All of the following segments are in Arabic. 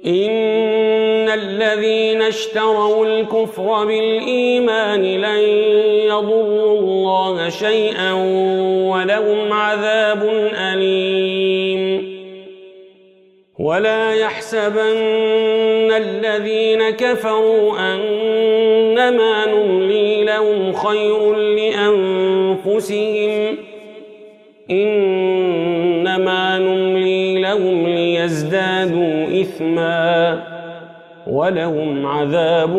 إن الذين اشتروا الكفر بالإيمان لن يضروا الله شيئا ولهم عذاب أليم. ولا يحسبن الذين كفروا أنما نملي لهم خير لأنفسهم إنما نملي لهم ليزدادوا إثما ولهم عذاب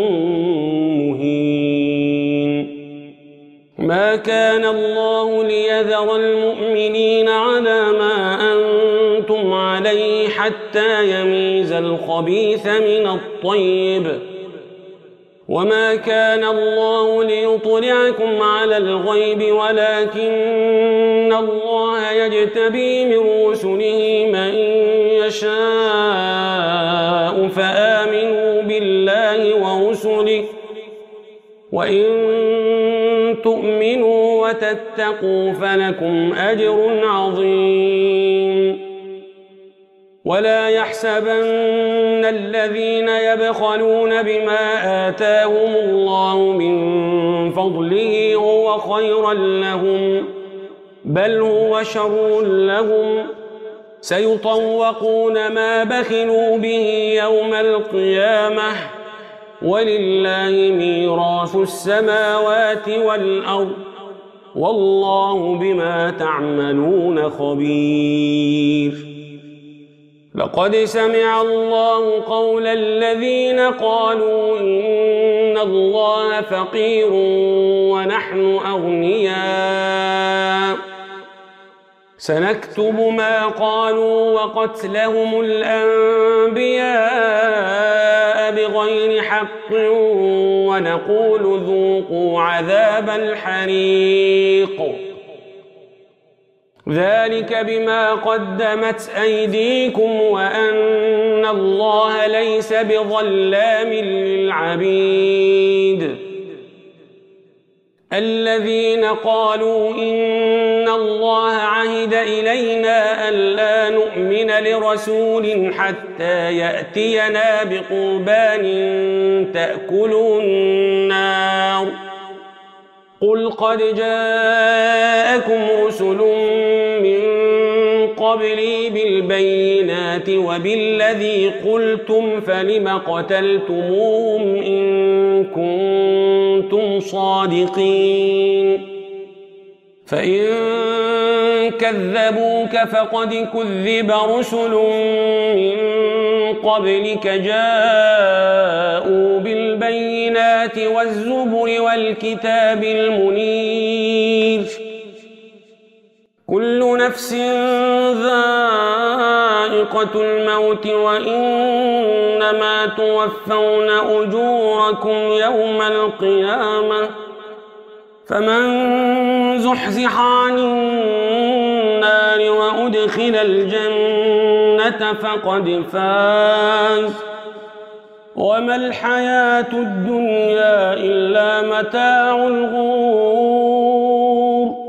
مهين. ما كان الله ليذر المؤمنين على ما أنتم عليه حتى يميز الخبيث من الطيب وما كان الله ليطلعكم على الغيب ولكن الله يجتبي من رسله من يشاء فآمنوا بالله ورسله وإن تؤمنوا وتتقوا فلكم أجر عظيم. ولا يحسبن الذين يبخلون بما آتاهم الله من فضله هو خيرا لهم بل هو شر لهم سيطوقون ما بخلوا به يوم القيامة ولله ميراث السماوات والأرض والله بما تعملون خبير. لقد سمع الله قول الذين قالوا إن الله فقير ونحن أغنياء سنكتب ما قالوا وقتلهم الأنبياء بغير حق ونقول ذوقوا عذاب الحريق ذلك بما قدمت أيديكم وأن الله ليس بظلام للعبيد. الذين قالوا إن الله عهد إلينا ألا نؤمن لرسول حتى يأتينا بقربان تأكله النار قل قد جاءكم رسل من قبلي بالبينات وبالذي قلتم فلم قتلتموهم إن كنتم صادقين فإن كذبوك فقد كذب رسل من قبلك جاءوا بالبينات والزبر والكتاب المنير كل نفس ذائقة الموت وإنما توفون أجوركم يوم القيامة فمن زحزح عن النار وأدخل الجنة فقد فاز وما الحياة الدنيا إلا متاع الغرور.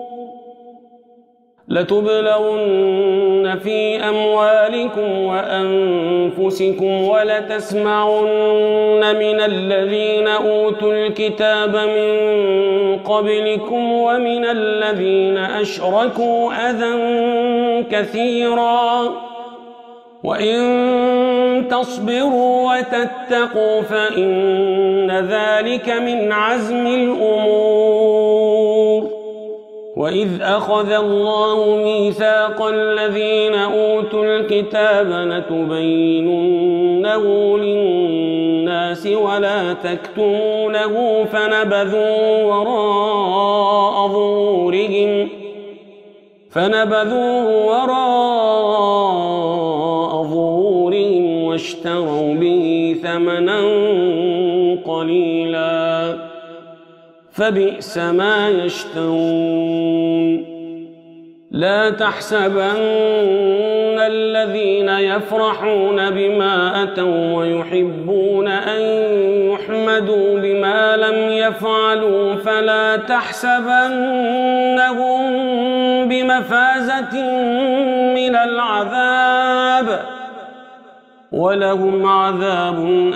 لتبلغن في أموالكم وأنفسكم ولتسمعن من الذين أوتوا الكتاب من قبلكم ومن الذين أشركوا أذى كثيرا وإن تصبروا وتتقوا فإن ذلك من عزم الأمور. وإذ أخذ الله ميثاق الذين أوتوا الكتاب لتبيننه للناس ولا تكتمونه فنبذوه وراء ظهورهم واشتروا به ثمنا قليلا فبئس ما يشترون. لا تحسبن الذين يفرحون بما أتوا ويحبون أن يحمدوا بما لم يفعلوا فلا تحسبنهم بمفازة من العذاب ولهم عذاب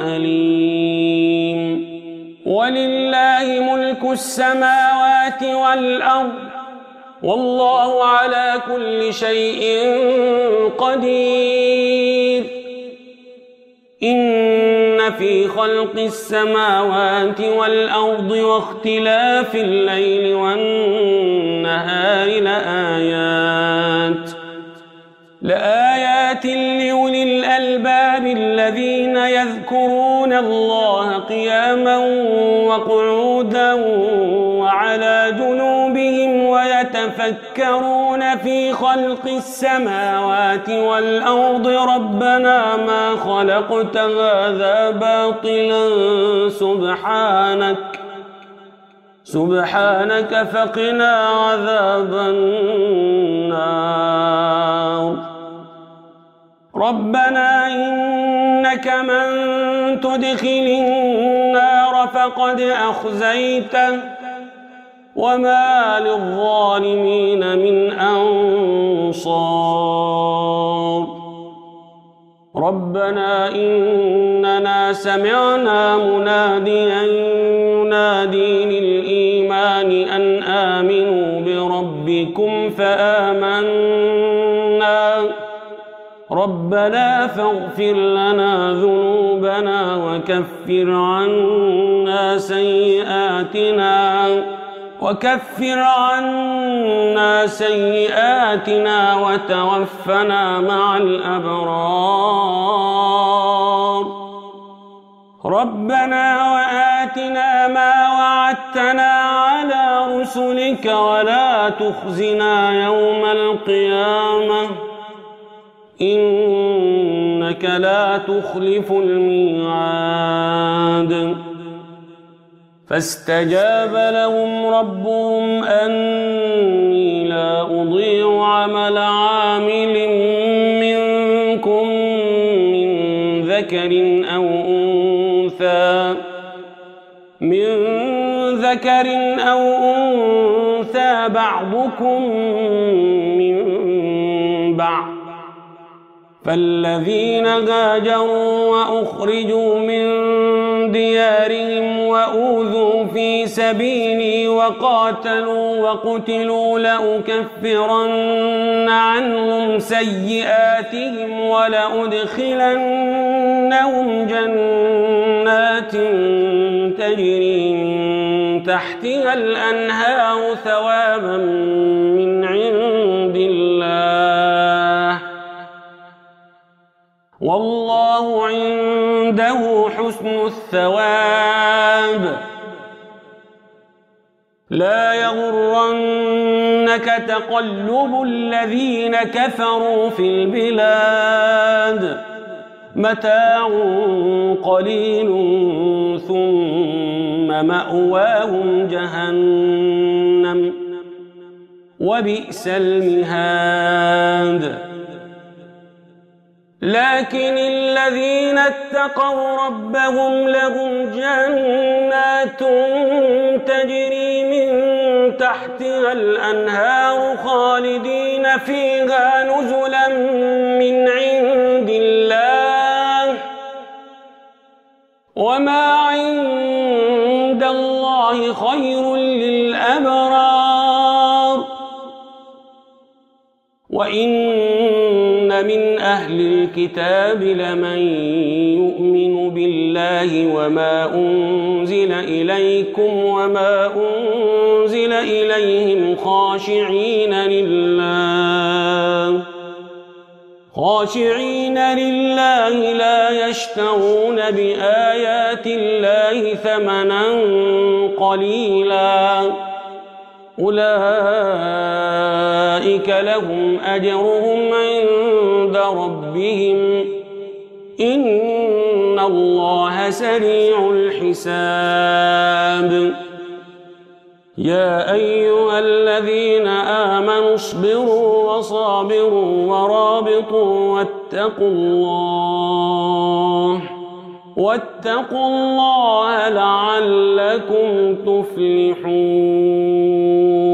أليم. ولله ملك السماوات والأرض والله على كل شيء قدير. إن في خلق السماوات والأرض واختلاف الليل والنهار لآيات لأولي الألباب الذين يذكرون الله قياما وقعودا وعلى جنوبهم ويتفكرون في خلق السماوات والأرض ربنا ما خلقت هذا باطلا سبحانك فقنا عذاب النار. ربنا إنك من تدخل النار فقد أخزيته وما للظالمين من أنصار. ربنا إننا سمعنا مناديا ينادي للإيمان أن آمنوا بربكم فآمنا. ربنا فاغفر لنا ذنوبنا وكفر عنا سيئاتنا وتوفنا مع الأبرار. ربنا وآتنا ما وعدتنا على رسلك ولا تخزنا يوم القيامة إنك لا تخلف الميعاد. فاستجاب لهم ربهم أني لا أضيع عمل عامل منكم من ذكر أو أنثى بعضكم من بعض. فالذين هاجروا وأخرجوا من ديارهم وأوذوا في سبيلي وقاتلوا وقتلوا لأكفرن عنهم سيئاتهم ولأدخلنهم جنات تجري من تحتها الأنهار ثوابا من عند الله والله عنده حسن الثواب. لا يغرنك تقلب الذين كفروا في البلاد متاع قليل ثم مأواهم جهنم وبئس المهاد. لكن الذين اتقوا ربهم لهم جنات تجري من تحتها الأنهار خالدين فيها نزلا من عند الله وما عند الله خير للأبرار. وإن من أهل الكتاب لمن يؤمن بالله وما أنزل إليكم وما أنزل إليهم خاشعين لله لا يشترون بآيات الله ثمنا قليلا أولئك لهم أجرهم عند ربهم إن الله سريع الحساب. يا أيها الذين آمنوا اصبروا وصابروا ورابطوا واتقوا الله لعلكم تفلحون.